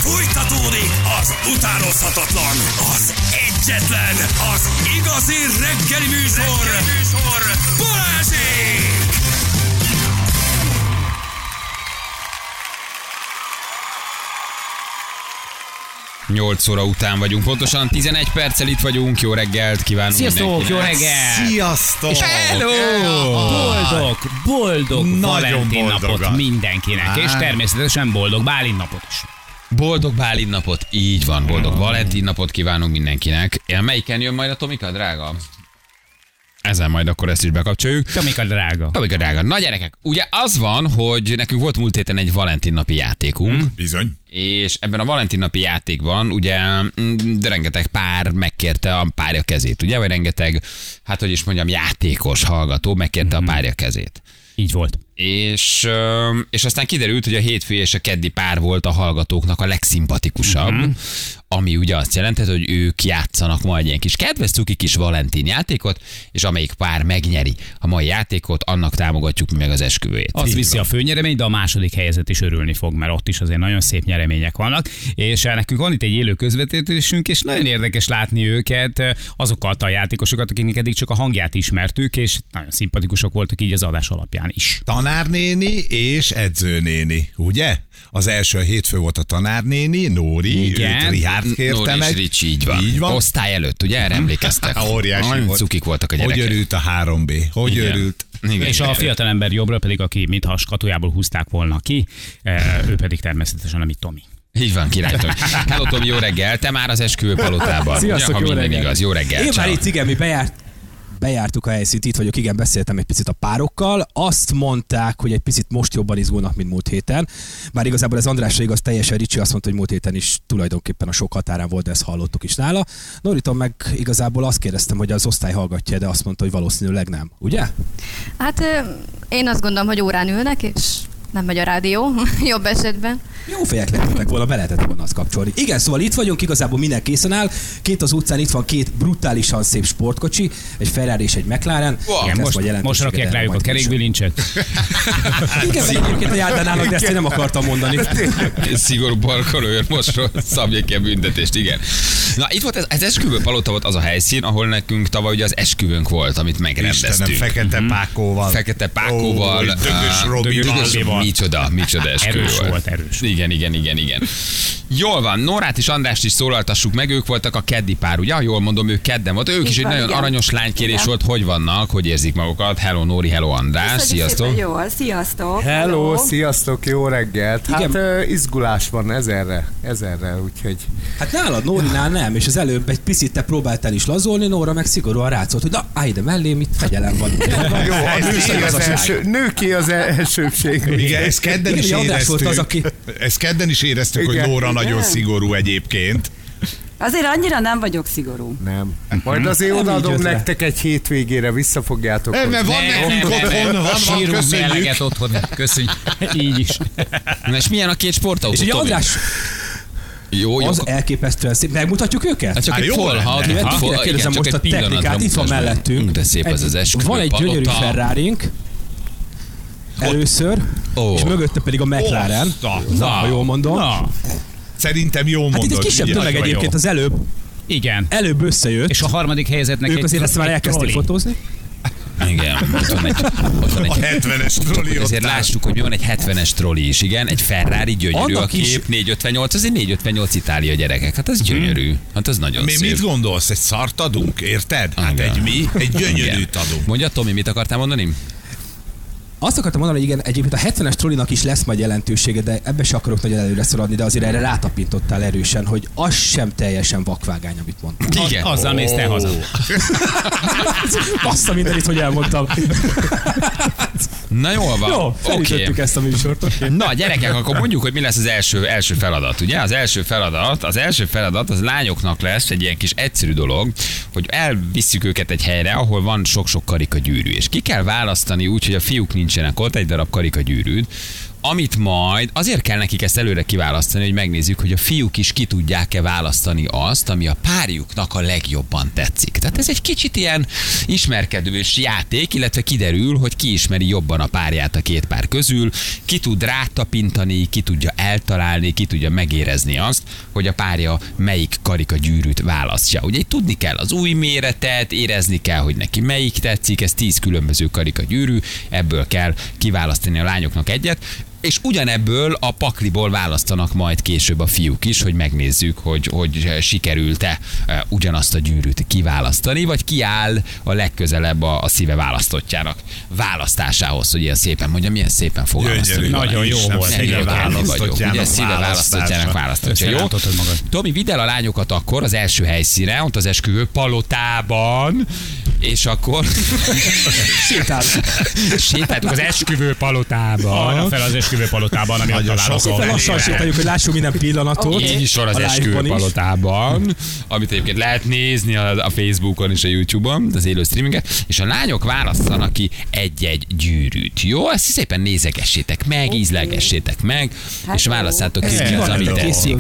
Fújtatódik az utánozhatatlan, az egyetlen, az igazi reggeli műsor, Balázsék! 8 óra után vagyunk, pontosan 11 perccel itt vagyunk, jó reggelt kívánunk. Sziasztok, jó reggelt! Sziasztok! Hello! Boldog Valentin napot mindenkinek, és természetesen boldog Bálint napot is. Boldog Bálint napot, így van, boldog Valentin napot kívánunk mindenkinek. Melyiken jön majd a Tomika, drága? Ezen majd akkor ezt is bekapcsoljuk. Tomika drága. Tomika drága. Na gyerekek, ugye az van, hogy nekünk volt múlt héten egy Valentin napi játékunk. Bizony. És ebben a Valentin napi játékban ugye de rengeteg pár megkérte a párja kezét, ugye? Vagy rengeteg, hát hogy is mondjam, játékos hallgató megkérte a párja kezét. Így volt. És aztán kiderült, hogy a hétfő és a keddi pár volt a hallgatóknak a legszimpatikusabb, ami ugye azt jelentett, hogy ők játszanak ma egy ilyen kis kedves cuki kis Valentin játékot, és amelyik pár megnyeri a mai játékot, annak támogatjuk mi meg az esküvőjét. Az viszi a főnyereményt, de a második helyezett is örülni fog, mert ott is azért nagyon szép nyeremények vannak. És nekünk van itt egy élő közvetítésünk, és nagyon érdekes látni őket, azokat a játékosokat, akiknek eddig csak a hangját ismertük, és nagyon szimpatikusok voltak így az adás alapján is. Tanárnéni és edzőnéni, ugye? Az első hétfő volt a tanárnéni, Nóri, igen. Őt Richárd kérte Nóri meg. és Ricsi, így van. Osztály előtt, ugye? Erre emlékeztek? Óriási Nagyon volt. cukik voltak a gyerekek. Hogy örült a 3B? Hogy Igen. örült? Igen. És a fiatalember jobbra pedig, aki mintha a skatujából húzták volna ki, ő pedig természetesen a mi Tomi. Így van, királytom. Hello, Tomi, jó reggel. Te már az esküvő palotában. Sziasztok, ha jó minden reggel. igaz. Jó reggel. Én ciao. már itt, igen, mi bejártuk a helyszínt, itt vagyok, igen, beszéltem egy picit a párokkal. Azt mondták, hogy egy picit most jobban izgulnak, mint múlt héten. Bár igazából ez Andrásra igaz, teljesen Ricsi azt mondta, hogy múlt héten is tulajdonképpen a sok határán volt, de ezt hallottuk is nála. Noriton meg igazából azt kérdeztem, hogy az osztály hallgatja, de azt mondta, hogy valószínűleg nem. Ugye? Hát én azt gondolom, hogy órán ülnek, és nem megy a rádió, jobb esetben. Jó fejek lettek volna, be lehetett volna azt kapcsolni. Igen, szóval itt vagyunk, igazából minden készen áll. Kint az utcán itt van két brutálisan szép sportkocsi, egy Ferrari és egy McLaren. Wow. Igen, most rakják rájuk a kerékbilincset. Igen, vagy egyébként a járdán állnak, de ezt én nem akartam mondani. Szigorú parkolóőr most szabja ki a büntetést, igen. Na, itt volt ez esküvő palota volt az a helyszín, ahol nekünk tavaly ugye az esküvőnk volt, amit megrendeztünk. Istenem, Fekete Pákóval. Fekete Pákóval. Dögös Robival. Micsoda esküvő Erős volt, erős. Igen. Jól van, Nórát és Andrást is szólaltassuk meg, ők voltak a keddi pár, ugye? Jól mondom, ők kedden volt. Ők is egy van, nagyon igen. aranyos lánykérés volt, hogy vannak, hogy érzik magukat. Hello Nóri, hello András, sziasztok. Jól, sziasztok. Hello, sziasztok, jó reggelt. Hát Igen. izgulás van ezerre, úgyhogy... Hát nálad, Nórinál nem, és az előbb egy picit te próbáltál is lazolni, Nóra meg szigorúan rácolt, hogy na, állj ide mellém, itt fegyelem van. Jó, nőké az elsőbség. Igen, ezt kedden is Igen, András volt az, éreztük. aki- Ezt kedden is éreztük, hogy Igen. Nóra nagyon Igen. szigorú egyébként. Azért annyira nem vagyok szigorú. Nem. Majd azért Nem így odaadom jött le. nektek egy hétvégére, visszafogjátok. Nem, mert van nekünk otthon, van, Sírunk köszönjük. meleget otthon, köszönjük. Így is. Na és milyen a két sportautó? És ugye Tomi? András, Jó, az elképesztően szép. Megmutatjuk őket? Hát csak Hát egy jó folha, lenne. Kérdezem most a technikát, itt van mellettünk. De szép az az esküvő Van egy gyönyörű palota. Ferrarink, először, Ó. és mögötte pedig a McLaren. Na, ha jól mondom. Na, Szerintem jól mondod. Hát itt egy kisebb ugye? tömeg Nagyon egyébként jó. az előbb. igen. Előbb összejött. És a harmadik helyezettnek ők azért ezt már elkezdték fotózni. Igen, ott van A egy 70-es troli ott ezért áll. lássuk, hogy mi van egy 70-es troli is, igen, egy Ferrari gyönyörű Annak a kép, is- 458, az egy 458 Itália gyerekek, hát ez gyönyörű, hát ez nagyon Mi szép. mit gondolsz? Egy szart adunk, érted? Hát Igen. egy mi? Egy Igen. gyönyörűt adunk. Mondja, Tomi, mit akartál mondani? Azt akartam mondani, hogy igen, egyébként a 70-es trollinak is lesz majd jelentősége, de ebbe se akarok nagyon előre szaladni, de azért erre rátapintottál erősen, hogy az sem teljesen vakvágány, amit mondtam. Igen. Azzal mész te haza. Bassza mindenit, hogy elmondtam. Na jól van. Jó, felütöttük Oké. ezt a műsort. Okay. Na gyerekek, akkor mondjuk, hogy mi lesz az első feladat, ugye? Az első feladat az lányoknak lesz egy ilyen kis egyszerű dolog, hogy elvisszük őket egy helyre, ahol van sok-sok karikagyűrű, és ki kell választani úgy, hogy a fiúk nincsenek ott, egy darab karikagyűrűt, amit majd azért kell nekik ezt előre kiválasztani, hogy megnézzük, hogy a fiúk is ki tudják-e választani azt, ami a párjuknak a legjobban tetszik. Tehát ez egy kicsit ilyen ismerkedős játék, illetve kiderül, hogy ki ismeri jobban a párját a két pár közül, ki tud rátapintani, ki tudja eltalálni, ki tudja megérezni azt, hogy a párja melyik karikagyűrűt választja. Ugye itt tudni kell az új méretet, érezni kell, hogy neki melyik tetszik, ez 10 különböző karikagyűrű, ebből kell kiválasztani a lányoknak egyet, és ugyanebből a pakliból választanak majd később a fiúk is, hogy megnézzük, hogy sikerült-e ugyanazt a gyűrűt kiválasztani, vagy ki áll a legközelebb a szíve választottjának választásához, hogy ilyen szépen mondja, milyen szépen fogalmazta. Nagyon jó volt. Ugye szíve választottjának választottja. Jó? Tomi, vidd el a lányokat akkor az első helyszíne, ott az esküvő palotában, és akkor sétáltunk az esküvő palotában. Arra fel az esküvő palotában, ami ott található. Szépen lassan sétáljuk, hogy lássuk minden pillanatot. Így is van az esküvő palotában, amit egyébként lehet nézni a Facebookon és a YouTube-on, az élő streaminget, és a lányok választanak ki egy-egy gyűrűt. Jó? Ezt szépen nézegessétek meg, ízlegessétek meg, és válasszátok ki, mi az, ami tetszik.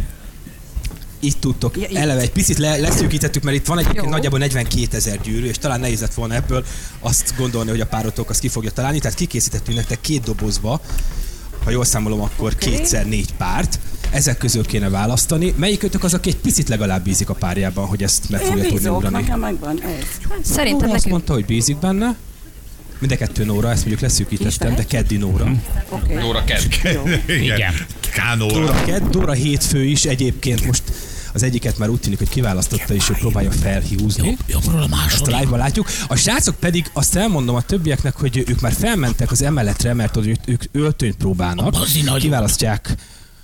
Itt tudtok, eleve egy picit leszűkítettük, mert itt van egyébként nagyjából 42 000 gyűrű, és talán nehéz lett volna ebből azt gondolni, hogy a párotok azt ki fogja találni, tehát kikészítettünk nektek 2 dobozba, ha jól számolom, akkor 2x4 párt, ezek közül kéne választani. Melyikötök az, aki egy picit legalább bízik a párjában, hogy ezt meg fogja tudni ugrani? Nekem megvan ez. Szerintem Nóra azt nekünk. mondta, hogy bízik benne. Mind a kettő Nóra, ezt mondjuk leszűkítettem, de Keddi Nóra. Okay. Nóra kezd. Igen. Kánóra. Nóra Kedd, Dóra hétfő is egyébként most az egyiket már úgy tűnik, hogy kiválasztotta, és ő próbálja felhúzni. Jobbról a második. Azt a live-ban látjuk. A srácok pedig azt elmondom a többieknek, hogy ők már felmentek az emeletre, mert ők öltönyt próbálnak. Kiválasztják.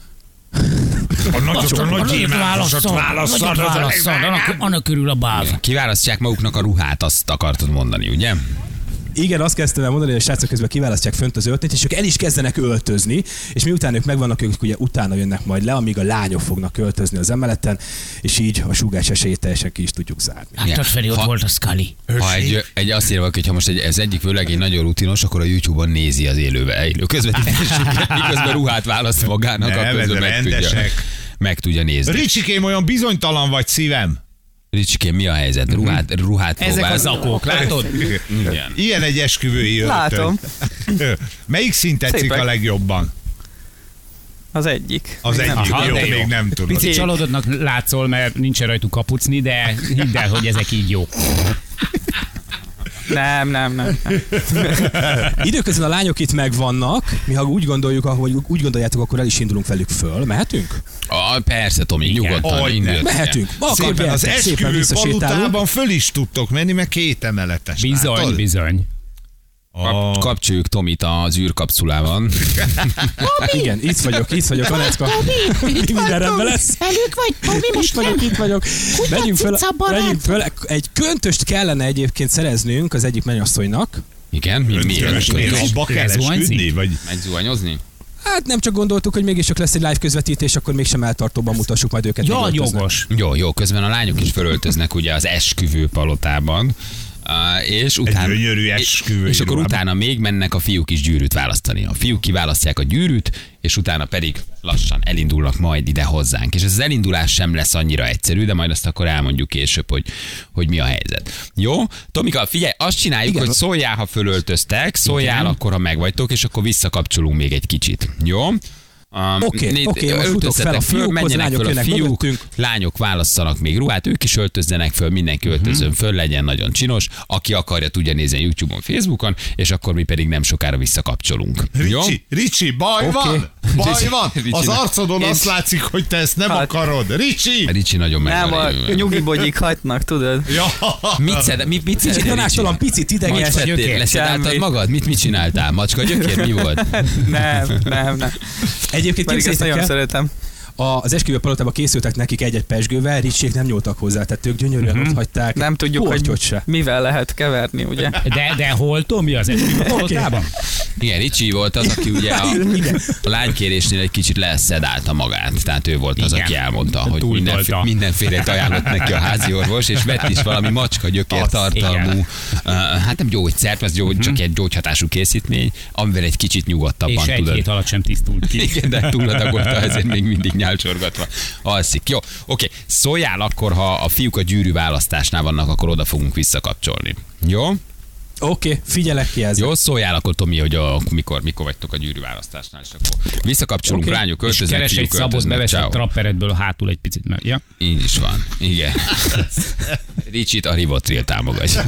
Nagyot válasszal, annak körül a báz. Kiválasztják maguknak a ruhát, azt akartad mondani, ugye? Igen, azt kezdtem el mondani, hogy a srácok közben kiválasztják fönt az öltönyt, és ők el is kezdenek öltözni, és miután ők megvannak, ők ugye utána jönnek majd le, amíg a lányok fognak öltözni az emeleten, és így a sugás esélyét teljesen ki is tudjuk zárni. Láttad, Feri, ott volt a Scully. Ha egy azt írva, hogy ha most ez egyik vőlegény nagyon rutinos, akkor a YouTube-on nézi az élő közvetítésüket, miközben ruhát választ magának, akkor közben meg tudja nézni. Ricsikém, olyan bizonytalan vagy, szívem. Ricsikém, mi a helyzet? Ruhát Ezek próbálsz? az zakók, látod? Igen. Ilyen egy esküvői öltöny. Látom. Melyik szint tetszik Szépek. a legjobban? Az egyik. Az egyik, Aha, jó, de jó. még nem tudom. Picit csalódottnak látszol, mert nincsen rajtuk kapucni, de hidd el, hogy ezek így jók. Nem. Időközben a lányok itt megvannak, mi ha úgy gondoljuk, ahogy úgy gondoljátok, akkor el is indulunk velük föl. Mehetünk? Persze, Tomi, nyugodtan. Indulj. Mehetünk. Akkor Szépen az gyertek, szépen esküvő visszasétálunk. palotában föl is tudtok menni, mert 2 emeletes. látod? Bizony. Kapcsoljuk Tomit az űrkapszulában. Igen, itt vagyok, Anecka. Minden rendben lesz. Velük vagy, Tomi, Itt vagyok. Menjünk föl. Egy köntöst kellene egyébként szereznünk az egyik mennyasszonynak. Igen, miért? Abba kell esküdni? Vagy... Megzuhanyozni? Hát nem csak gondoltuk, hogy mégis csak lesz egy live közvetítés, akkor mégsem eltartóban mutassuk majd őket. Ja, még öltöznek. jogos. Jó, közben a lányok is fölöltöznek ugye az esküvő palotában. És utána, gyönyörű esküvői és akkor ruhában. utána még mennek a fiúk is gyűrűt választani. A fiúk kiválasztják a gyűrűt, és utána pedig lassan elindulnak majd ide hozzánk. És ez az elindulás sem lesz annyira egyszerű, de majd azt akkor elmondjuk később, hogy mi a helyzet. Jó? Tomika, figyelj, azt csináljuk, Igen. hogy szóljál, ha fölöltöztek, szóljál akkor, ha megvagytok, és akkor visszakapcsolunk még egy kicsit. Jó? Oké, most futok fel a fiúkhoz, menjenek lányok föl a jönnek fiúk, mögöttünk. lányok válasszanak még ruhát, ők is öltözzenek föl, mindenki öltözön föl, legyen nagyon csinos, aki akarja, tudja nézni a YouTube-on, Facebookon, és akkor mi pedig nem sokára visszakapcsolunk. Jó? Ricsi, baj van! Baj van! Az arcodon azt látszik, hogy te ezt nem akarod. Ricsi! Nagyon Nem, a megvan. nyugibogyik hagynak, tudod? Ja. Mit Kicsit tanástalan, picit ideges. Macska gyökér, leszedáltad Semmi. magad? Mit csináltál? Macska gyökér, mi volt? Nem. Egyébként Pedig ezt képzeljétek nagyon el, szeretem. Az esküvő palotában készültek nekik egy-egy pezsgővel, Ricsék nem nyúltak hozzá, tehát ők gyönyörűen ott hagyták. Nem tudjuk, hogy Portyot se. mivel lehet keverni, ugye? De hol Tomi az esküvő palotában? Igen, Ricsi volt az, aki ugye a lánykérésnél egy kicsit leszedálta magát. Tehát ő volt az, Igen. aki elmondta, hogy Túltolta. mindenfélét ajánlott neki a házi orvos, és vett is valami macska gyökér tartalmú, hát nem gyógyszert, az csak egy gyógyhatású készítmény, amivel egy kicsit nyugodtabban És egy tudod. hét alatt sem tisztult ki. Igen, de túladagolta, ezért még mindig nyálcsorgatva alszik. Jó, oké. Szóljál akkor, ha a fiúk a gyűrű választásnál vannak, akkor oda fogunk visszakapcsolni. Jó? Oké, figyelek ki ezzel. Jó, szóljál akkor, Tomi, hogy mikor vagytok a gyűrű választásnál, és akkor visszakapcsolunk, Oké. lányok És öltöznek, keres egy fiúk szabot, öltöznek. bevesz egy Ciao. trapperedből hátul egy picit. Ja? Így is van, igen. Ricsit a Rivotril támogatja.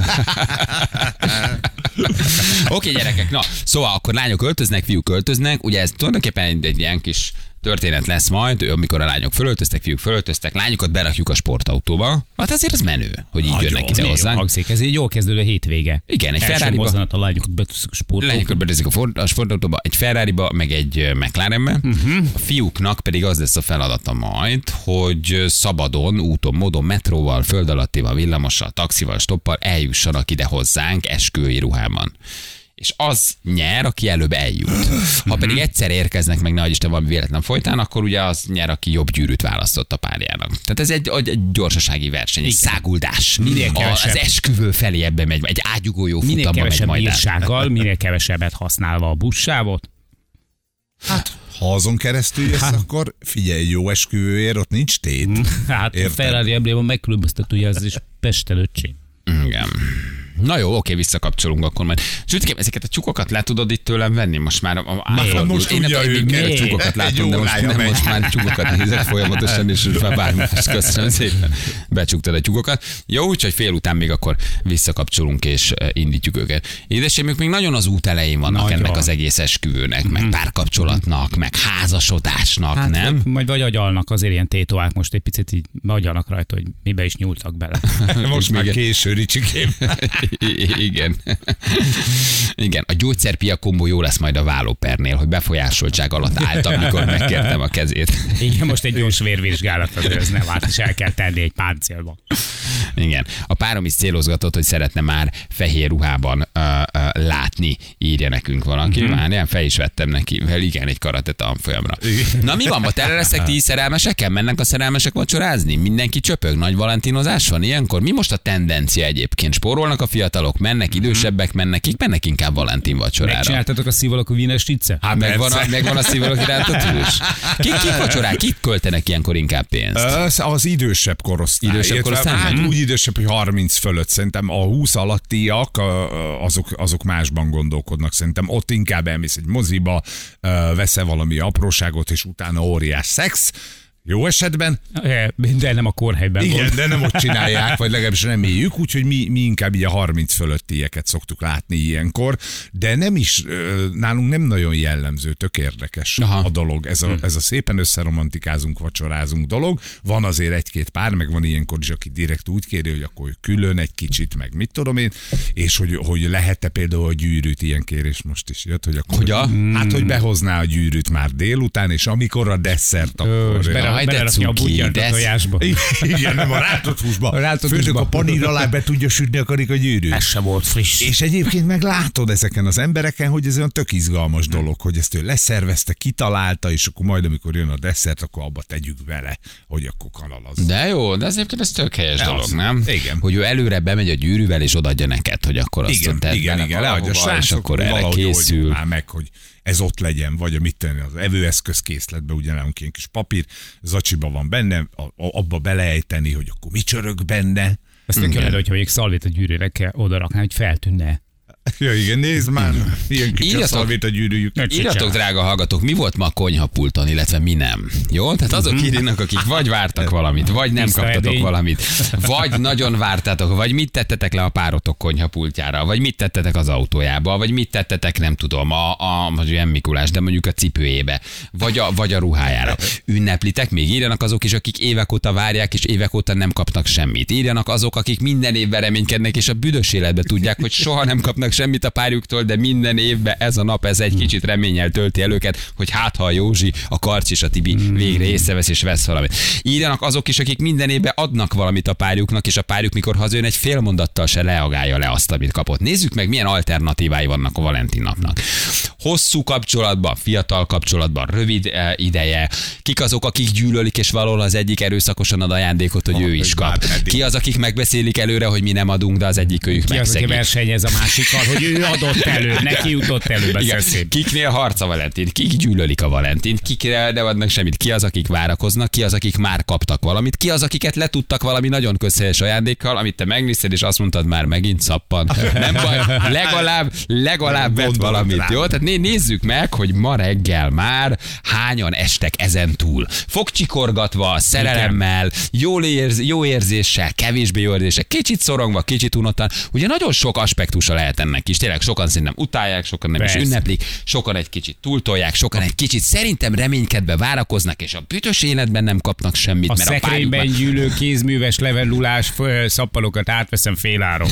Oké, gyerekek, na, szóval akkor lányok öltöznek, fiúk öltöznek, ugye ez tulajdonképpen egy ilyen kis történet lesz majd, amikor a lányok fölöltöztek, fiúk fölöltöztek, lányokat berakjuk a sportautóba. Hát azért az menő, hogy így jönnek ide hozzánk. Hangzik, ez egy jól kezdődő hétvége. Igen, egy Első Ferrari-ba. mozzanat a lányokat betűszik a sportolók. Lányokat bedezik a sportautóba, egy Ferrari-ba, meg egy McLarenbe. A fiúknak pedig az lesz a feladata majd, hogy szabadon, úton, módon, metróval, föld alattival, villamossal, taxival, stoppal eljussanak ide hozzánk esküvői ruhában. És az nyer, aki előbb eljut. Ha pedig egyszer érkeznek meg, nehogy Isten valami véletlen folytán, akkor ugye az nyer, aki jobb gyűrűt választott a párjának. Tehát ez egy gyorsasági verseny, egy száguldás. Minél kevesebb. Az esküvő felé ebbe megy, egy ágyugójó Minél futamba megy kevesebb majd át. bírsággal, minél kevesebbet használva a buszsávot. Hát, ha azon keresztül jössz, akkor figyelj, jó esküvőért, ott nincs tét. Hát a Érted? Ferrari emblében megkülönböztetője az is Pestelöccsé. Igen. Na jó, oké, visszakapcsolunk akkor majd. Sőt, ezeket a csukokat le tudod itt tőlem venni? Most már most én nem tudja tudom, én még őket. mindig csukokat Egy látom, de most órája nem, megy. most már csukokat nézek folyamatosan, és most már bármi. Köszönöm szépen. Becsuktad a csukokat. Jó, úgyhogy fél után még akkor visszakapcsolunk és indítjuk őket. Édesémük még nagyon az út elején vannak Nagyon. ennek az egész esküvőnek, meg párkapcsolatnak, meg házasodásnak, Hát, nem? Majd vagy agyalnak azért ilyen tétovák most egy picit így agyalnak rajta, hogy mibe is nyúltak bele. Most már még- késő, Ricsikém. Igen. Igen, a gyógyszerpia kombó jó lesz majd a vállópernél, hogy befolyásoltság alatt álltam, mikor megkértem a kezét. Igen, most egy gyors vérvizsgálat, azért ez nem árt, és el kell tenni egy páncélba. Igen. A párom is célozgatott, hogy szeretne már fehér ruhában látni, írja nekünk valaki. Már ilyen fel is vettem neki. Igen, egy karate tanfolyamra. Na mi van, ma tele leszek ti szerelmesek? Mennek a szerelmesek vacsorázni? Mindenki csöpög? Nagy valentinozás van ilyenkor? Mi most a tendencia egyébként? Spórolnak a fiatalok? Mennek idősebbek? Kik mennek inkább Valentin vacsorára? Megcsináltatok a szívalakú Wiener Schnitzel? Hát megvan a szívalak iránta tűz. Kik vacsorák? Kik költenek ilyenkor inkább pénzt? Az idősebb korosztály. Idősebb Illetve, korosztály? Hát úgy idősebb, hogy 30 fölött. Szerintem a 20 alattiak, azok másban gondolkodnak. Szerintem ott inkább elmész egy moziba, veszel valami apróságot, és utána óriás szex. Jó esetben. De nem a kórhelyben Igen, volt. de nem ott csinálják, vagy legalábbis reméljük, úgyhogy mi inkább így a 30 fölöttieket szoktuk látni ilyenkor, de nem is, nálunk nem nagyon jellemző, tök érdekes a dolog. Ez a szépen összeromantikázunk, vacsorázunk dolog. Van azért egy-két pár, meg van ilyenkor is, aki direkt úgy kéri, hogy akkor külön egy kicsit, meg mit tudom én, és hogy lehet-e például a gyűrűt, ilyen kérés most is jött, hogy akkor, hát, hogy behozná a gyűrűt már délután, és amikor a desszert, akkor... Belerakni a butyart a tojásba. Igen, nem a rátott húsba. Rátott Főnök húsba. a panír alá be tudja sütni a karikagyűrűt. Ez se volt friss. És egyébként meg látod ezeken az embereken, hogy ez olyan tök izgalmas dolog, hogy ezt ő leszervezte, kitalálta, és akkor majd, amikor jön a desszert, akkor abba tegyük bele, hogy akkor kanalaz. De jó, de ez egyébként ez tök helyes De dolog, az. nem? Igen. Hogy ő előre bemegy a gyűrűvel, és odaadja neked, hogy akkor azt Igen, tedd igen, bele igen, leadja a valahova, és srác, akkor erre valahogy készül. oldjuk már meg, hogy ez ott legyen, vagy a mit tenni, az evőeszközkészletbe, ugye nálunk ilyen kis papír, zacsiba van benne, abba beleejteni, hogy akkor mi csörög benne. Azt tök jól, hogyha még szalvét a gyűrűre kell odarakni, hogy feltűnne. Ja igen, nézd már, ilyen kicsi a Írjatok. szalvét a gyűrűjük. Írjatok, drága hallgatók, mi volt ma a konyhapulton, illetve mi nem. Jó? Tehát azok írnak, akik vagy vártak valamit, vagy nem Tiszta kaptatok edény. valamit, vagy nagyon vártátok, vagy mit tettetek le a párotok konyhapultjára, vagy mit tettetek az autójába, vagy mit tettetek, nem tudom, a ilyen Mikulás, de mondjuk a cipőjébe, vagy a ruhájára. Ünneplitek, még írjanak azok is, akik évek óta várják, és évek óta nem kapnak semmit. Írjanak azok, akik minden évben reménykednek, és a büdös életben tudják, hogy soha nem kapnak kapnak semmit a párjuktól, de minden évben ez a nap, ez egy kicsit reménnyel tölti el őket, hogy hát ha a Józsi, a Karcs és a Tibi végre észrevesz és vesz valamit. Írjanak azok is, akik minden évben adnak valamit a párjuknak, és a párjuk mikor hazajön egy fél mondattal se reagálja le azt, amit kapott. Nézzük meg, milyen alternatívái vannak a Valentin napnak. Hosszú kapcsolatban, fiatal kapcsolatban, rövid ideje, kik azok, akik gyűlölik, és valahol az egyik erőszakosan ad ajándékot, hogy ő is kap. Ki az, akik megbeszélik előre, hogy mi nem adunk, de az egyik őjük Ki az, aki megszegi. versenyez a másikkal, hogy ő adott elő, neki jutott elő, Igen. Kiknél harc a Valentin, kik gyűlölik a Valentint, kiknél nem adnak semmit, ki az, akik várakoznak, ki az, akik már kaptak valamit, ki az, akiket letudtak valami nagyon közhelyes ajándékkal, amit te megnézted, és azt mondtad, már megint szappan. Nem baj, legalább vett valamit, jó? Tehát nézzük meg, hogy ma reggel már hányan estek ezen túl. Fogcsikorgatva, szerelemmel, jó érzéssel, kevésbé jó érzéssel, kicsit szorongva, kicsit unottan. Ugye nagyon sok aspektusa lehet ennek is. Tényleg sokan szerintem utálják, sokan nem is ünneplik, sokan egy kicsit túltolják, sokan egy kicsit szerintem reménykedve várakoznak, és a büdös életben nem kapnak semmit. A mert szekrényben a gyűlő kézműves levellulás szappalokat átveszem féláron.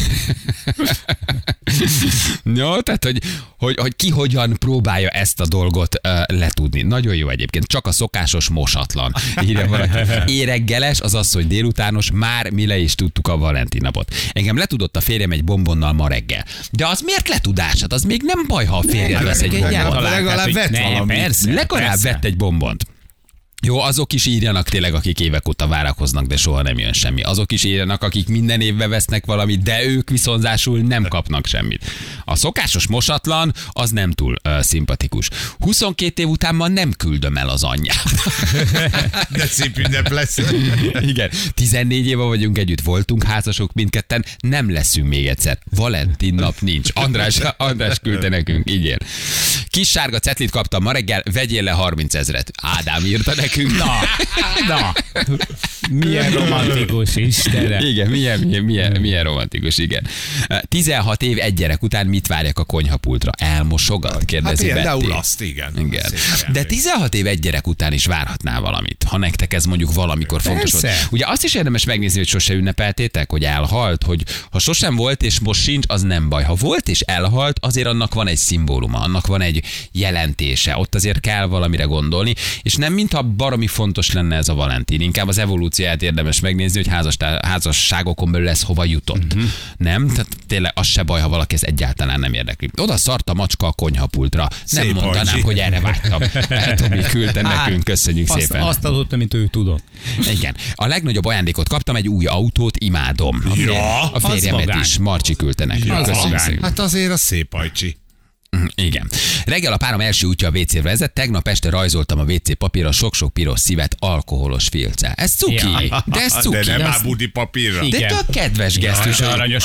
Jó, tehát, hogy ki hogyan próbálja ezt a dolgot letudni. Nagyon jó egyébként, csak a szokásos mosatlan. Írja valaki. Éreggeles, az az, hogy délutános, már mi le is tudtuk a Valentin napot. Engem letudott a férjem egy bombonnal ma reggel. De az miért letudás? Hát az még nem baj, ha a férjed vesz egy bombont. Legalább vett valamit. Legalább vett egy bombont. Jó, azok is írjanak tényleg, akik évek óta várakoznak, de soha nem jön semmi. Azok is írjanak, akik minden évben vesznek valamit, de ők viszonzásul nem kapnak semmit. A szokásos mosatlan, az nem túl szimpatikus. 22 év után ma nem küldöm el az anyját. De szép ünnep lesz. Igen, 14 éve vagyunk együtt, voltunk házasok mindketten, nem leszünk még egyszer. Valentin nap nincs. András küldte nekünk, így ér. Kis sárga cetlit kaptam ma reggel, vegyél le 30 000-et. Ádám írta nekünk. Na. Milyen romantikus, Istenem. Igen, milyen romantikus, igen. 16 év egy gyerek után mit várjak a konyhapultra? Elmosogat? Kérdezi Betty. Például azt, igen. De 16 év egy gyerek után is várhatnál valamit, ha nektek ez mondjuk valamikor fontos volt. Ugye azt is érdemes megnézni, hogy sose ünnepeltétek, hogy elhalt, hogy ha sosem volt és most sincs, az nem baj. Ha volt és elhalt, azért annak van egy szimbóluma, annak van egy jelentése, ott azért kell valamire gondolni, és nem mintha baromi fontos lenne ez a Valentin, inkább az evolúcióját érdemes megnézni, hogy házasságokon belül lesz hova jutott. Nem? Tehát tényleg az se baj, ha valaki ez egyáltalán nem érdekli. Oda szart a macska a konyhapultra. Nem Szép mondanám, Ancsi. hogy erre vágytam. Tomi küldte nekünk, köszönjük szépen. Azt adott, amit ő tudott. Igen. A legnagyobb ajándékot kaptam, egy új autót, imádom. Ja, A férjemet vagány. is, Marcsi küldte nekünk. Az Köszönjük vagány. szépen. Hát azért a szép ajcsi. Igen. Reggel a párom első útja a WC-re vezet, tegnap este rajzoltam a WC papíron sok-sok piros szívet alkoholos filccel. Ez cuki, Ja. de ez cuki. De nem már budi papírra. De Igen. tök kedves gesztus. Jaj, aranyos.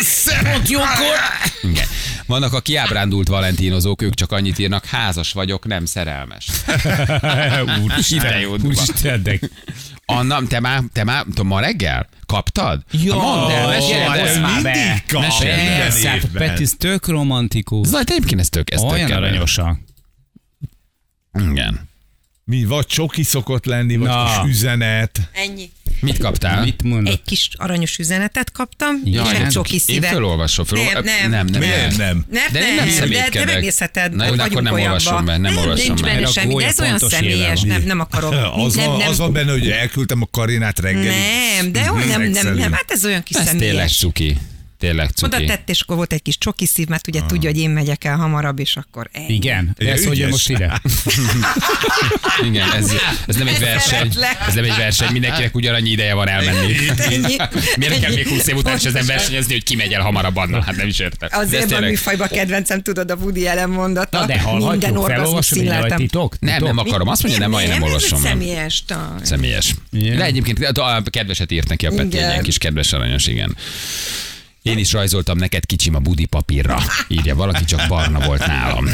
Igen. Vannak a kiábrándult valentinozók, ők csak annyit írnak, házas vagyok, nem szerelmes. Ide jó durva. Úristen, de Anna, te már ma reggel kaptad? Mondd el, meséld ez el. már be. Mindig kap. Mesélj el. Persze, hát Peti, ez tök romantikus. Na, egyébként ez tök Olyan kedves. aranyosak. Igen. Mi vagy csoki szokott lenni, vagy Na. kis üzenet. Ennyi. Mit kaptál? Mit mondod? Egy kis aranyos üzenetet kaptam, Jaj, és nem. egy csoki Én szívet. felolvasom. Nem. Miért nem? De én nem de szemétkedek. megnézheted, Na jó, de akkor nem olvasom be, nem olvasom nincs be. benne Mert a semmi, de gólya ez olyan pontos személyes, éve nem akarok. Az van benne, hogy elküldtem a Karinát reggelig. Nem, de olyan, nem, hát ez olyan kis Ez tényleg személyes. cuki. Tényleg Oda cuki. tett, és akkor volt egy kis csoki szív, mert ugye tudja, hogy én megyek el hamarabb, és akkor ennyi. Igen, de Ja, ez hogy jön ügyes. most ide? Igen, ez nem egy verseny. szeretlek. Ez nem egy verseny, mindenkinek ugyanannyi ideje van elmenni. Ennyi. Miért kell még 20 év után is ezen versenyezni, hogy ki megy el hamarabb annál? Hát nem is értem. De ez Azért van tényleg- műfajban kedvencem, tudod, a Woody Allen mondata. Na de Minden hallhatjuk, orgazmus felolvasom, minden vagy színleltem. titok? Nem akarom. Azt mondja, nem, majd nem olvasom ez el. személyes. Személyes. Igen. De egyébként a kedveset írt neki a Peti, egy Igen. ilyen kis kedves aranyos, igen. Én is rajzoltam neked kicsim a budi papírra. Írja valaki, csak barna volt nálam.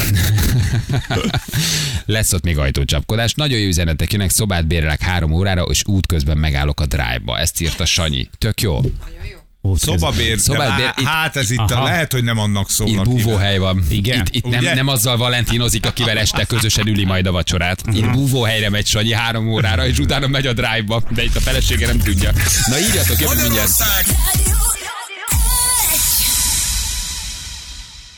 Lesz ott még ajtócsapkodás. Nagyon jó üzenetek jönnek, szobát bérelek 3 órára, és útközben megállok a drive-ba. Ezt írta Sanyi. Tök jó. Szobabér, Szobabér, itt- hát ez itt Aha. lehet, hogy nem annak Itt szólnak. búvóhely van. Igen. Itt Ugye? nem azzal valentinozik, akivel este közösen üli majd a vacsorát. Itt búvóhelyre megy Sanyi 3 órára, és utána megy a drive-ba. De itt a felesége nem tudja. Na írjatok, jövünk mindjárt. Magyarország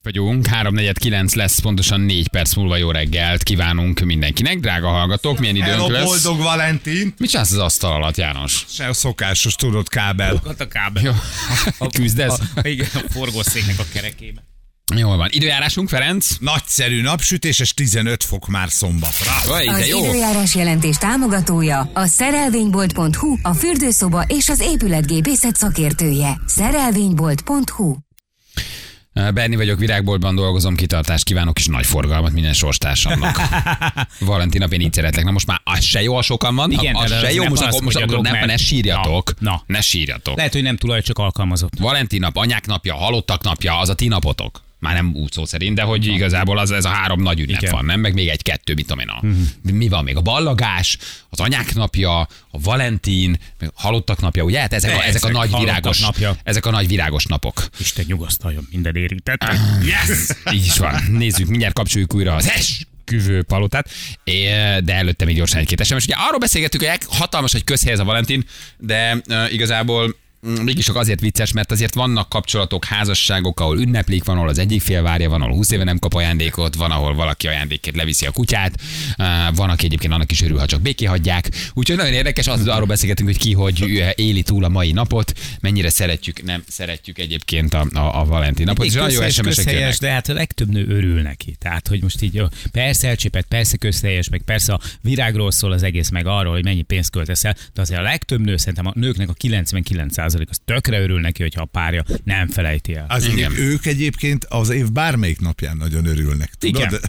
vagyunk, 3:49 lesz, pontosan 4 perc múlva jó reggelt kívánunk mindenkinek. Drága hallgatók, milyen időnk Hello, lesz? boldog Valentin! Mit csinálsz az asztal alatt, János? Se a szokásos, tudod, kábel. A kábel. Jó. Küzdesz? Igen, a forgószéknek a kerekébe. Jól van. Időjárásunk, Ferenc? Nagyszerű napsütéses, 15 fok már szombatra. Vaj, de Az jó. időjárás jelentés támogatója a szerelvénybolt.hu, a fürdőszoba és az épületgépészet szakértője. Szerelvénybolt.hu. Berni vagyok, virágboltban dolgozom, kitartást kívánok, és nagy forgalmat minden sorstársamnak. Valentin nap, én így szeretlek. Na most már az se jó, ha sokan vannak? Igen, az de se az jó, nem most akkor panaszkodjatok, nem, mert- ne sírjatok. Na. Ne sírjatok. Lehet, hogy nem tulaj, csak alkalmazott. Valentin nap, anyák napja, halottak napja, az a ti napotok. Már nem úgy szó szerint, de hogy igazából ez a 3 nagy ünnep Igen. van, nem? Meg még 1-2, mit tudom én. Mi van még? A ballagás, az anyák napja, a Valentin, meg a halottak napja, ugye? Hát ezek a nagy halottak virágos, napja. ezek a nagy virágos napok. Isten nyugasztaljon minden érintett. Yes! Így is van. Nézzük, mindjárt kapcsoljuk újra az küvő palotát, de előtte még gyorsan egy-két SMS. Ugye arról beszélgettük, hogy hatalmas egy közhely ez a Valentin, de igazából mégis csak azért vicces, mert azért vannak kapcsolatok, házasságok, ahol ünneplik, van, ahol az egyik fél várja, van, ahol 20 éve nem kap ajándékot, van, ahol valaki ajándékért leviszi a kutyát, van, aki egyébként annak is örül, ha csak béké hagyják. Úgyhogy nagyon érdekes, arról beszélgetünk, hogy ki hogy éli túl a mai napot, mennyire szeretjük, nem szeretjük egyébként a Valentin napot. És nagyon jó SMS-ek jönnek. De hát a legtöbb nő örül neki. Tehát, hogy most így persze elcsépett, persze közhelyes, meg persze a virágról szól az egész, meg arról, hogy mennyi pénzt költesz el, de azért a legtöbb nő, szerintem a nőknek a 99% az tökre örül neki, hogyha a párja nem felejti el. Az Igen. ők egyébként az év bármelyik napján nagyon örülnek, tudod?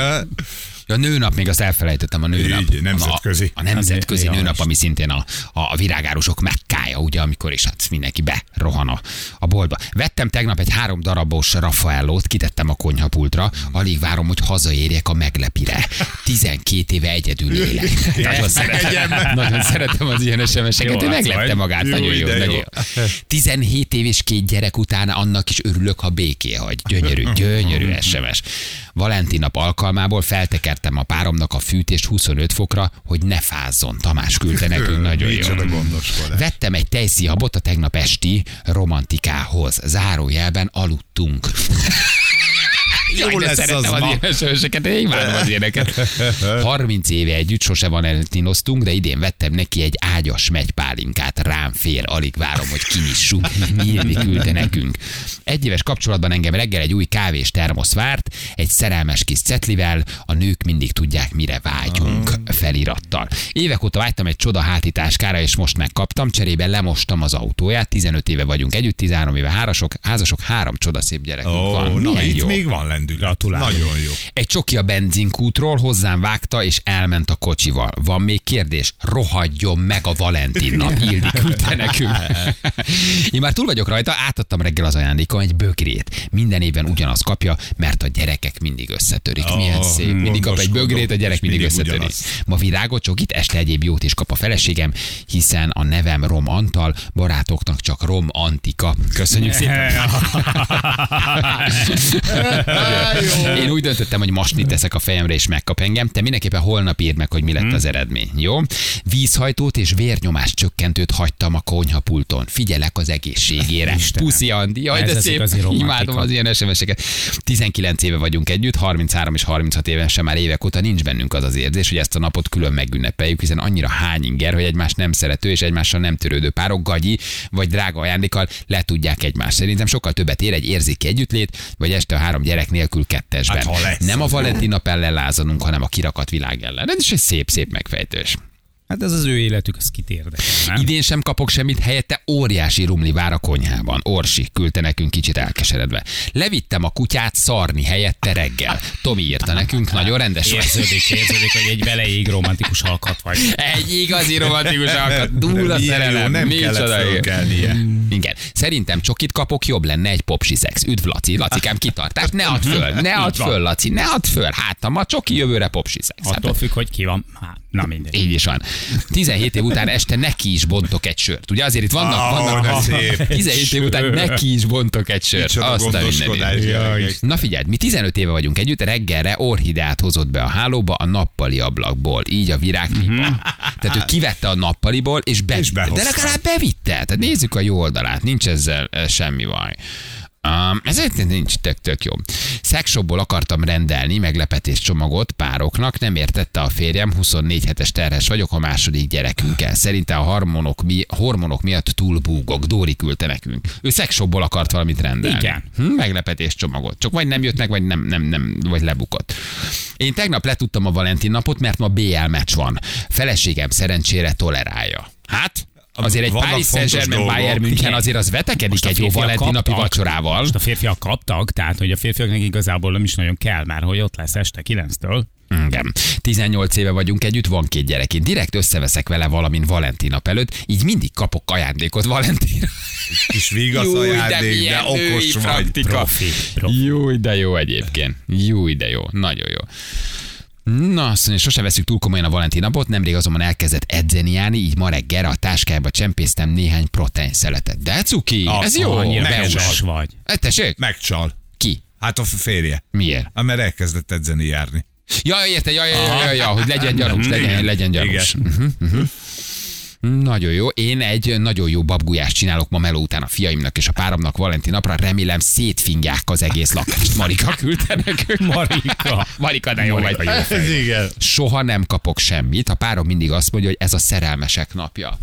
A nőnap, még azt elfelejtettem, a nőnap. Így, nemzetközi. A nemzetközi Ja, nőnap, is. ami szintén a virágárusok mekkája, ugye, amikor is hát mindenki berohan a boltba. Vettem tegnap egy 3 darabos Raffaellót, kitettem a konyhapultra, alig várom, hogy hazaérjek a meglepire. 12 éve egyedül élek. Nagyon szeretem az ilyen SMS-eket, Jó, hogy meglepte vagy. magát. Nagyon jó, de nagyon jó. jó. 17 év és 2 gyerek után annak is örülök, ha béké hagy. Gyönyörű SMS. Valentin nap alkalmából feltekertem a páromnak a fűtést 25 fokra, hogy ne fázzon. Tamás küldte nekünk, nagyon jó. Micsoda gondoskodás. Vettem egy tejszíhabot a tegnap esti romantikához. Zárójelben aludtunk. Jó de lesz szeretem az ma. ilyen SMS-eket, én imádom az ilyeneket. 30 éve együtt sose valentinoztunk, de idén vettem neki egy ágyas megypálinkát, rám fér, alig várom, hogy kinyissuk. Ildi küldte nekünk. 1 éves kapcsolatban engem reggel egy új kávés termosz várt, egy szerelmes kis cetlivel, a nők mindig tudják, mire vágyunk, felirattal. Évek óta vágytam egy csoda hátitáskára, és most megkaptam, cserébe lemostam az autóját, 15 éve vagyunk együtt, 13 éve házasok, 3 csodaszép gyerekünk van. Na, Milyen itt jó. még van lendület. Gratulálok. Nagyon jó. Egy csoki a benzinkútról hozzám vágta, és elment a kocsival. Van még kérdés? Rohadjon meg a Valentin nap. Ildi küldte nekünk. Én már túl vagyok rajta, átadtam reggel az ajándékom egy bögrét. Minden évben ugyanazt kapja, mert a gyerekek mindig összetörik. Milyen szép. Mindig kap egy bögrét, a gyerek és mindig mindig összetörik. ugyanaz. Ma virágot, csokit, este egyéb jót is kap a feleségem, hiszen a nevem Rom Antal, barátoknak csak Rom Antika. Köszönjük szépen. Én úgy döntöttem, hogy masnit teszek a fejemre, és megkap engem. Te mindenképpen holnap írd meg, hogy mi lett az eredmény. Jó? Vízhajtót és vérnyomás csökkentőt hagytam a konyhapulton. Figyelek az egészségére. Puszi Andi. Jaj, de Ez szép. igazi romantika. Imádom az ilyen SMS-eket. 19 éve vagyunk együtt, 33 és 36 évesen már évek óta nincs bennünk az az érzés, hogy ezt a napot külön megünnepeljük, hiszen annyira hányinger, hogy egymást nem szerető és egymással nem törődő párok gagyi vagy drága ajándékkal le tudják egymást. Szerintem sokkal többet ér egy érzéki együttlét, vagy este a 3 gyerek nélkül kettesben. Hát, ha lesz. Nem a Valentin nap ellen lázanunk, hanem a kirakat világ ellen. Ez is egy szép megfejtős. Hát ez az ő életük, az kit érdekel, nem? Idén sem kapok semmit, helyette óriási rumli vár a konyhában. Orsi küldte nekünk kicsit elkeseredve. Levittem a kutyát szarni helyette reggel. Tomi írta nekünk, nagyon rendes vagy. Érződik, hogy egy veleig romantikus alkat vagy. Egy igazi romantikus alkat. Túl a Milyen jó, szerelem. nem kellett Micsoda jó. fölkelnie. Igen. Szerintem csokit kapok, jobb lenne egy popsi szex. Üdv Laci, Lacikám kitartás. Ne add föl, ne add föl, Laci, ne add föl. Hát ha ma csoki, jövőre popsi szex. Attól függ, hogy ki van. Hát, na mindegy. Így is van. 17 év után este neki is bontok egy sört. Ugye azért itt vannak de szép. 17 év után neki is bontok egy sört. Micsoda Azt a gondoskodás, mindenit. gyerekek. Na figyeld, mi 15 éve vagyunk együtt, reggelre orhideát hozott be a hálóba a nappali ablakból, így a virágpipa. Tehát ő kivette a nappaliból, és bevitte. De behozta. legalább bevitte. Tehát nézzük a jó oldalát, nincs ezzel semmi baj. Ez nincs tök jó. Szexshopból akartam rendelni meglepetés csomagot pároknak, nem értette a férjem, 24 hetes terhes vagyok a második gyerekünkkel. Szerinte a hormonok miatt túl búgok. Dóri küldte nekünk. Ő szexshopból akart valamit rendelni. Igen. Meglepetés csomagot. Csak vagy nem jött meg, vagy nem vagy lebukott. Én tegnap letudtam a Valentin napot, mert ma BL meccs van. Feleségem szerencsére tolerálja. Hát? Azért egy Paris Saint-Germain Bayern München azért az vetekedik egy jó Valentin napi vacsorával. Most a férfiak kaptak, tehát hogy a férfiaknak igazából nem is nagyon kell már, hogy ott lesz este 9-től. Igen. 18 éve vagyunk együtt, van 2 gyerek. Én direkt összeveszek vele valamin Valentin nap előtt, így mindig kapok ajándékot Valentinra. Kis vigasz ajándék, de okos vagy. Profi. Jó, de jó egyébként. Jó, de jó. Nagyon jó. Na, azt mondja, sose veszük túl komolyan a Valentin napot, nemrég azonban elkezdett edzeni járni, így ma reggel a táskába csempésztem néhány proteinszeletet. De cuki, ez jó. Megcsal vagy. Tessék? Megcsal. Ki? Hát a férje. Miért? Mert elkezdett edzeni járni. Ja, érted, hogy legyen gyanús, legyen gyanús. Nagyon jó. Én egy nagyon jó babgulyást csinálok ma meló után a fiaimnak és a páromnak Valentin napra. Remélem szétfingják az egész lakást. Marika küldte nekünk. Marika, de jó vagy. Igen. Soha nem kapok semmit. A párom mindig azt mondja, hogy ez a szerelmesek napja.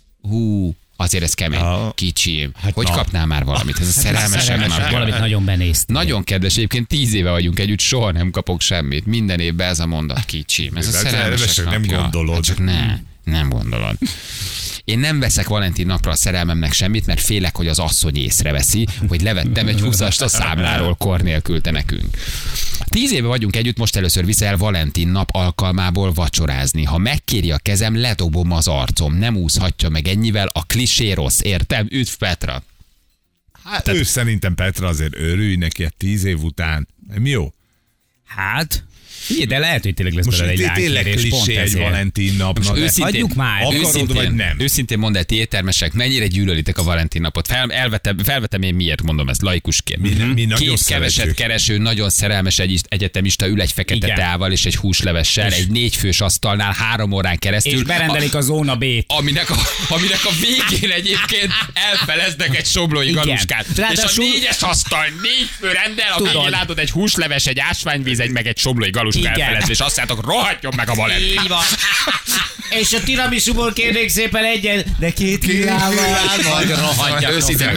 Azért ez kemény. Kicsim. Hogy kapnál már valamit? Ez a szerelmesek napja. Valamit nagyon benéztél. Nagyon kedves. Egyébként 10 éve vagyunk együtt, soha nem kapok semmit. Minden évben ez a mondat. Kicsim. Ez a szerelmesek napja. Nem gondolod. Csak nem gondolod. Én nem veszek Valentin napra a szerelmemnek semmit, mert félek, hogy az asszony észreveszi, hogy levettem egy 20-ast a számláról, Kornél küldte nekünk. 10 éve vagyunk együtt, most először visz el Valentin nap alkalmából vacsorázni. Ha megkéri a kezem, ledobom az arcom. Nem úszhatja meg ennyivel, a klisé rossz, értem? Üdv Petra! Hát ő szerintem Petra azért örülj neki 10 év után. Mi jó? Hát... Igen, de lehet, hogy tényleg lesz belőle egy lánykérés, pont egy Valentin napnak. Hagyjuk már. Akarod, vagy nem? Őszintén mondd el, ti éttermesek, mennyire gyűlölitek a Valentin napot? Felvetem én miért mondom ezt laikusként. Mi Két keveset kereső, nagyon szerelmes egyetemista ül egy fekete teával és egy húslevessel, egy 4 fős asztalnál 3 órán keresztül. És berendelik a zóna B-t. Aminek a végén egyébként elfeleznek egy somlói galuskát. És a 4-es asztal 4 fő rendel, a végén látod egy húsleves, egy ásványvíz, meg egy somlói galuska elfelezve, és azt mondjátok, rohadjon meg a Valentin. Így van. És a tiramisúból kérnék szépen egyen, de 2 kilával majd rohadjatok. Őszintén,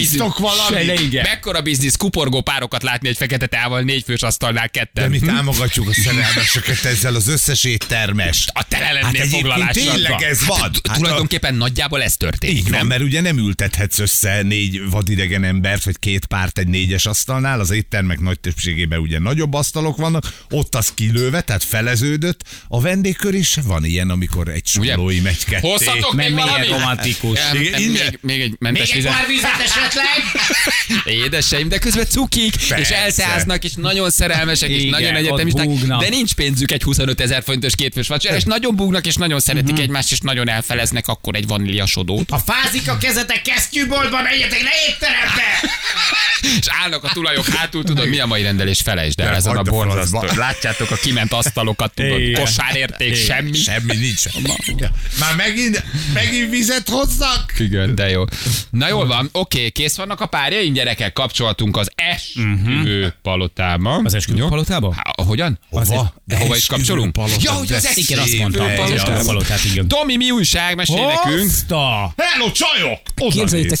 mekkora biznisz kuporgó párokat látni egy fekete teával 4 fős asztalnál ketten. De mi támogatjuk a szerelmeseket ezzel az összes éttermest. A tele lennél foglalással. Tényleg ez van. Tulajdonképpen nagyjából ez történik. Így van, mert ugye nem ültethetsz össze 4 vadidegen embert, vagy 2 párt egy 4-es asztalnál, az éttermek nagy többségében ugye nagyobb asztalok vannak, ott az kilőve, tehát feleződött. A vendégkör is van ilyen, amikor egy somlói megy ketté. Hozhatok még valami? Romantikus. Még egy mentes vizet. Még egy pár vizet esetleg? Édeseim, de közben cukik, és elteáznak, és nagyon szerelmesek, és nagyon egyetemisták, de nincs pénzük egy 25 000 forintos 2 fős vacsora, és nagyon búgnak, és nagyon szeretik egymást, és nagyon elfeleznek akkor egy vaníliasodót. Ha fázik a kezetek kesztyűboltba, menjetek le étterembe! És állnak a tulajok hátul, tudod, mi a mai rendelés, felejtsd el, ezen a borzasztó. Látjátok a kiment asztalokat, tudod, kosárérték, semmi. Semmi nincs. Már megint vizet hozzak? Igen, de jó. Na jól van, oké, kész vannak a párjaink, gyerekek, kapcsolatunk az esküvő palotába. Az esküvő palotába? Hogyan? Hova? De hova is kapcsolunk? Ja, hogy az igen, azt mondtam, az esküvő palotát, igen. Tomi, mi újság? Mesélj nekünk. Hello, csajok! Képzeljétek,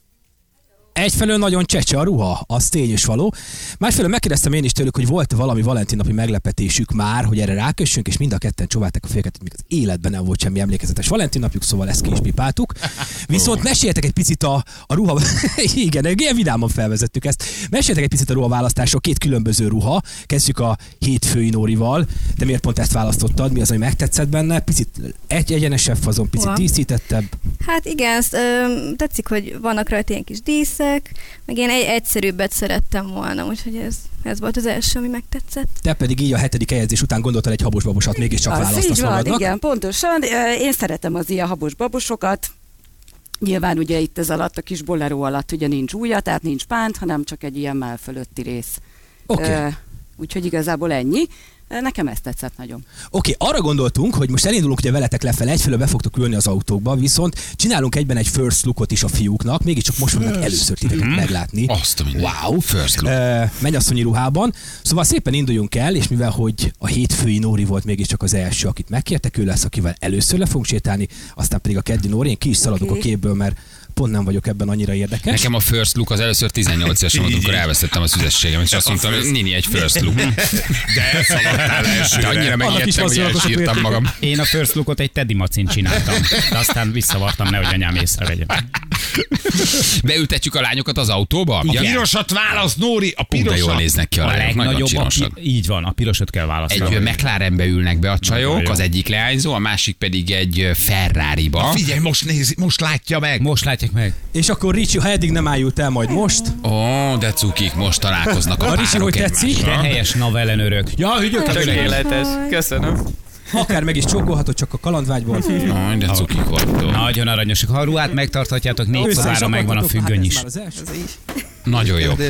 egyfelől nagyon csecse a ruha, az tény és való. Másfelől megkérdeztem én is tőlük, hogy volt valami Valentin napi meglepetésük már, hogy erre rákössünk, és mind a ketten csóválták a félket, míg az életben nem volt semmi emlékezetes Valentin napjuk, szóval ezt ki is pipáltuk. Viszont meséljetek egy picit a ruha... Igen, ilyen vidáman felvezettük ezt. Meséljetek egy picit a ruhaválasztásról, 2 különböző ruha. Kezdjük a hétfői Nórival. De miért pont ezt választottad? Mi az, ami megtetszett benne? Picit egyenesebb fazon, picit díszítettebb. Hát igen, tetszik, hogy vannak rajta ilyen kis díszek, meg én egy egyszerűbbet szerettem volna, úgyhogy ez volt az első, ami megtetszett. Te pedig így a 7. helyezés után gondoltad egy habos-babosat mégiscsak választasz magadnak. Igen, pontosan. Én szeretem az ilyen habos-babosokat. Nyilván ugye itt ez alatt, a kis bolero alatt ugye nincs ujja, tehát nincs pánt, hanem csak egy ilyen mell fölötti rész. Okay. Úgyhogy igazából ennyi. Nekem ezt tetszett nagyon. Oké, arra gondoltunk, hogy most elindulunk ugye veletek lefele, egyfelől be fogtok ülni az autókba, viszont csinálunk egyben egy first lookot is a fiúknak, mégiscsak most fognak először titeket meglátni. Azt a mindenit. Wow, First look. Mennyasszonyi ruhában. Szóval szépen induljunk el, és mivel hogy a hétfői Nóri volt mégiscsak az első, akit megkértek, ő lesz, akivel először le fogunk sétálni, aztán pedig a keddi Nóri, én ki is szaladok a képből, mert pont nem vagyok ebben annyira érdekes. Nekem a first look az először 18 éves volt, amikor elvesztettem a szüzességemet, és azt mondtam, hogy Nini egy first look. De szaladtál elsőre. De annyira megijedtem, hogy elsírtam magam. Én a first lookot egy Teddy Macin csináltam, de aztán visszavartam, nehogy anyám észrevegye. Beültetjük a lányokat az autóba? A pirosat válasz, Nóri, a De jól pirosat. néznek ki a lányok, nagyon csinosak. Így van, a pirosot kell választani. Egy McLarenbe ülnek be a csajok, Nagyon jó. az egyik leányzó, a másik pedig egy Ferrariba. Figyelj, most látja meg. Most látják meg. És akkor Ricsi, ha eddig nem ájult el, majd most. Ó, de cukik, most találkoznak a A Ricsi, párok hogy tetszik? De egymással. helyes navellenőrök. Ja, hügyök a Tökéletes. Köszönöm. Akár meg is csókolhatod, csak a kalandvágyból. Ó, de cukik voltok. Nagyon aranyosak. Ha a ruhát megtarthatjátok, 4 szobára megvan a függöny is. Nagyon jó.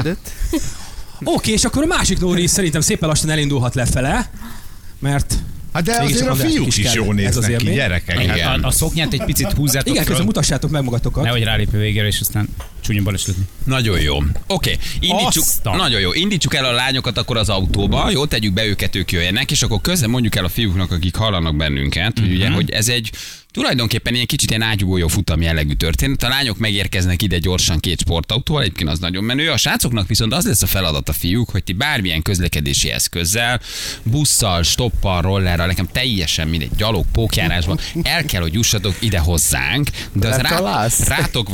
Oké, és akkor a másik Nóri szerintem szépen lassan elindulhat lefele, mert Hát de mégis azért a Andrásnak fiúk is kell jól ez az néznek ki, élmény. gyerekek. Igen. Hát a szoknyát egy picit húzzátok Igen, közben föl, mutassátok meg magatokat. nehogy rálépő végére, és aztán csúnya balesetni. Nagyon jó. Oké, indítsuk, Aztán. nagyon jó. Indítsuk el a lányokat akkor az autóba, jó, tegyük be őket, ők jöjjenek, és akkor közben mondjuk el a fiúknak, akik hallanak bennünket, hogy ugye, hogy ez egy tulajdonképpen ilyen kicsit ilyen ágyugó jó futam jellegű történet. A lányok megérkeznek ide gyorsan 2 sportautóval, egyébként az nagyon menő. A srácoknak viszont az lesz a feladat a fiúk, hogy ti bármilyen közlekedési eszközzel, busszal, stoppal, rollerrel, nekem teljesen mindegy, gyalog, pókjárásban, el kell, hogy jussatok ide hozzánk, de az rátok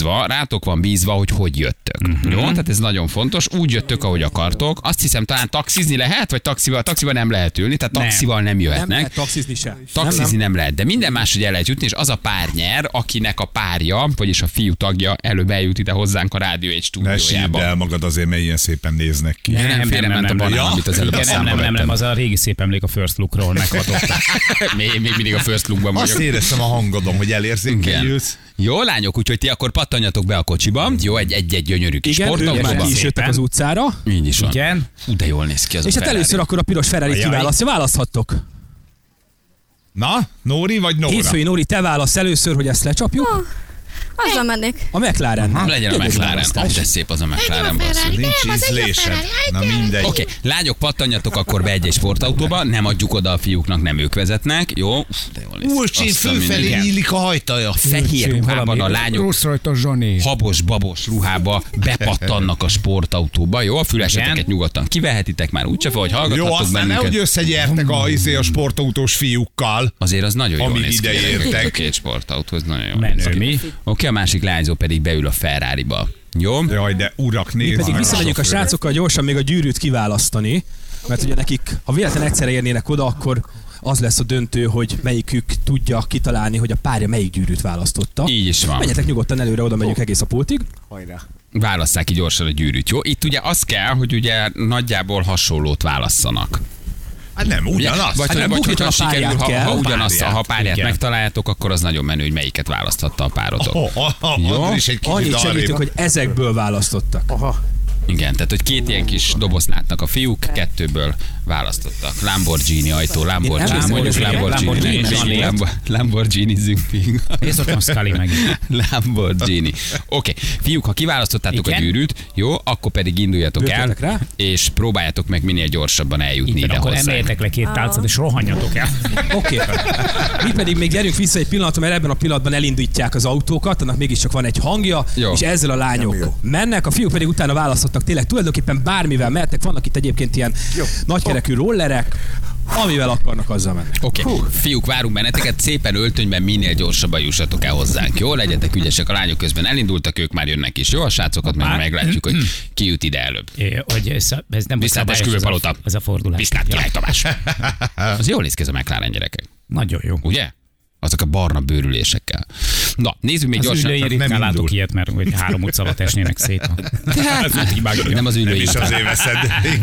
van bízva, hogy jöttök. Jó? Tehát ez nagyon fontos. Úgy jöttök, ahogy akartok. Azt hiszem, talán taxizni lehet, vagy taxival nem lehet ülni, tehát taxival nem Nem jöhetnek. lehet taxizni se. Taxizni nem lehet, de minden máshogy el lehet jutni, és az a pár nyer, akinek a párja, vagyis a fiú tagja előbb eljut ide hozzánk a Rádió egy Ne sídd stúdiójába. el magad azért, mert ilyen szépen néznek ki. Nem, félrement a banán, amit az előbb a Igen, számba nem, vettem. az a régi szép emlék a first lookról meghatották. Még mindig a first lookban Azt vagyok. éreztem a hangodon, hogy elérzékenyülsz. Jó, lányok, úgyhogy ti akkor pattanjatok be a kocsiba. Jó, egy gyönyörű kis Igen, ők már sportautóba. ki is jöttek az utcára. Így is van. Igen. Fú, de jól néz ki az És a hát Ferrari. először akkor a piros Ferrari Ajaj. kiválasztja. Választhattok. Na, Nóri vagy Nóra? Hétfői Nóri, te válasz először, hogy ezt lecsapjuk. Azzal mennék. A McLaren. Legyen a McLaren. De szép az a McLaren, basszus. Nincs ízlésed. Na mindegy. Oké, lányok, pattanjatok akkor be egy sportautóba, nem adjuk oda a fiúknak, nem ők vezetnek, jó? Uf, de jól néz ki. Úrcsi, Azt a fölfelé mindenit. nyílik a hajtaja. Fehér ruhában a lányok Rossz rajta Zsani. habos-babos ruhába bepattannak a sportautóba, jó? A füleseteket Igen. nyugodtan kivehetitek, már úgyse, hogy Jó, hallgathatok aztán nehogy bennünket. összegyertek a sportautós fiúkkal. Azért az nagyon jól Amíg néz ki. ide gyerekek, értek. A 2 sportautó, az nagyon jól néz Menő ki. mi? Oké, a másik lányzó pedig beül a Ferrariba. Jó? Jaj, de urak, Mi nézd pedig meg visszamegyünk a sofőrök. srácokkal gyorsan még a gyűrűt kiválasztani, mert ugye nekik, ha véletlen egyszerre érnének oda, akkor az lesz a döntő, hogy melyikük tudja kitalálni, hogy a párja melyik gyűrűt választotta. Így is van. Menjetek nyugodtan előre, oda megyünk egész a pultig. Hajrá. Válasszák ki gyorsan a gyűrűt, jó? Itt ugye az kell, hogy ugye nagyjából hasonlót válasszanak. Hát nem, ugyanaz. Vagy, Hát nem, vagy konkrétan hogyha a párját sikerül, kell. ha ugyanazt, Párját. ha párját Igen. megtaláljátok, akkor az nagyon menő, hogy melyiket választhatta a párotok. Jó? Andris egy kicsit Annyit segítünk, arrébb. hogy ezekből választottak. Igen, tehát hogy 2 ilyen kis dobozt látnak a fiúk, 2-ből választottak. Lamborghini ajtó, Lamborghini, emlékszem, mondjuk hogy Lamborghini, Lamborghini, Lamborghini zümping. Én szoktam Scully meg. Lamborghini. Oké, fiúk, ha kiválasztottátok Igen. a gyűrűt, jó, akkor pedig induljatok el, Lőttetek rá? és próbáljátok meg minél gyorsabban eljutni Igen, ide akkor hozzánk. emeljetek le 2 tálcát, és rohanjatok el. Oké. Mi pedig még gyerünk vissza egy pillanatra, mert ebben a pillanatban elindítják az autókat, annak mégiscsak van egy hangja, Jó. és ezzel a lányok mennek, a fiúk pedig utána választottak tényleg tulajdonképpen bármivel mehetnek, vannak itt egyébként ilyen nagykerekű rollerek, amivel akarnak, azzal mennek. Oké, fiúk, várunk benneteket, szépen öltönyben minél gyorsabban jussatok el hozzánk, jó? Legyetek ügyesek, a lányok közben elindultak, ők már jönnek is, jó? A srácokat meg meglátjuk, hogy ki jut ide előbb. Hogy ez nem Viszlát esküvő palota. Ez a fordulás. Viszlát Király Tamás. Az jól néz ki ez a McLaren, gyerekek. Nagyon jó. Ugye? Azok a barna bőrülésekkel. Na, nézzük még Az gyorsan. ülői nem ritkán indul. látok ilyet, mert hogy 3 utca alatt esnének szét. Nem az Nem ülői. is azért veszed.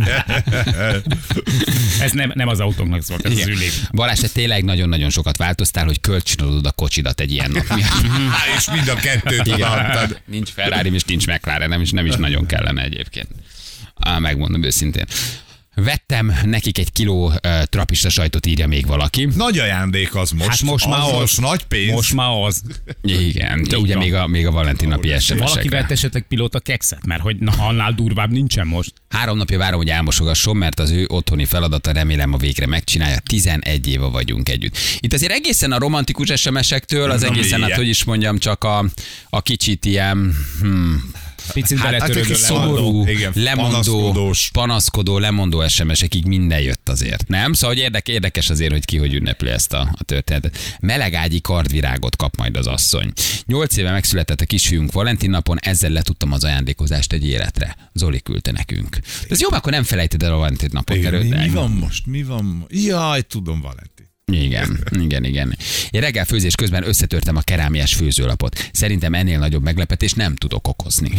Ez nem az autónknak szólt, ez az Igen. ülés. Balázs, te tényleg nagyon-nagyon sokat változtál, hogy kölcsönadod a kocsidat egy ilyen nap miatt. És mind a kettőt odaadtad. Nincs Ferrari, és nincs McLaren, nem is nagyon kellene egyébként. Megmondom őszintén. Vettem nekik 1 kiló trapista sajtot, írja még valaki. Nagy ajándék az most. Hát most már az. Nagy pénz. Most már az. Igen, de ugye még a Valentin napi SMS-ekre. Valaki vett esetleg pilóta kekszet, mert hogy annál durvább nincsen most. 3 napja várom, hogy elmosogasson, mert az ő otthoni feladata, remélem, a végre megcsinálja. 11 éve vagyunk együtt. Itt azért egészen a romantikus SMS-ektől, az egészen, hát hogy is mondjam, csak a kicsit ilyen... Picit beletörődő, szomorú, lemondó, panaszkodó, lemondó SMS-ekig minden jött azért, nem? Szóval hogy érdekes azért, hogy ki hogy ünnepli ezt a történetet. Melegágyi kardvirágot kap majd az asszony. 8 éve megszületett a kisfiunk Valentin napon, ezzel letudtam az ajándékozást egy életre. Zoli küldte nekünk. Ez jó, akkor nem felejted el a Valentin napot. Mi van most? Jaj, tudom, Valentin. Igen. Én reggel főzés közben összetörtem a kerámiás főzőlapot. Szerintem ennél nagyobb meglepetést nem tudok okozni.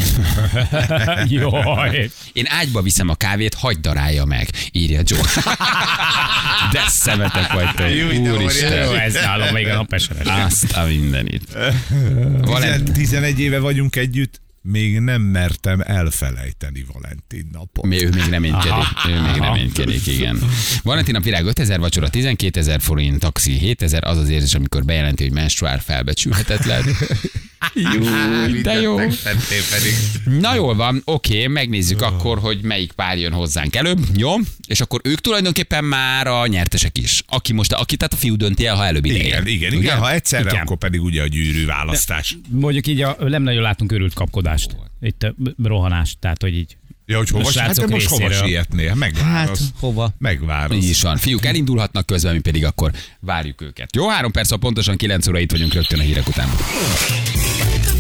Jaj. Én ágyba viszem a kávét, hagyd darálja meg, írja Joe. De szemetek vagy te. Úristen. Jó, ez nálam még a napeseres. Azt a mindenit. 11 éve vagyunk együtt. Még nem mertem elfelejteni Valentin napot. Ő még reménykedik, igen. Valentin nap virág 5000, vacsora 12 000 forint, taxi 7000, az az érzés, amikor bejelenti, hogy menstruál felbecsülhetetlen. Jó, de jó. Na jól van, oké, megnézzük akkor, hogy melyik pár jön hozzánk előbb, jó? És akkor ők tulajdonképpen már a nyertesek is. Aki tehát a fiú dönti el, ha előbb idején. Igen, ha egyszerre, akkor pedig ugye a gyűrű választás. Mondjuk így nem nagyon látunk örült kapkodást. Itt rohanást, tehát hogy így. Ja, hogy hova, hát most hova sietnél? Megválasz. Hát, hova? Megválasz. Így is van. Fiúk elindulhatnak közben, mi pedig akkor várjuk őket. Jó, 3 perc, pontosan 9 óra itt vagyunk rögtön a hírek után.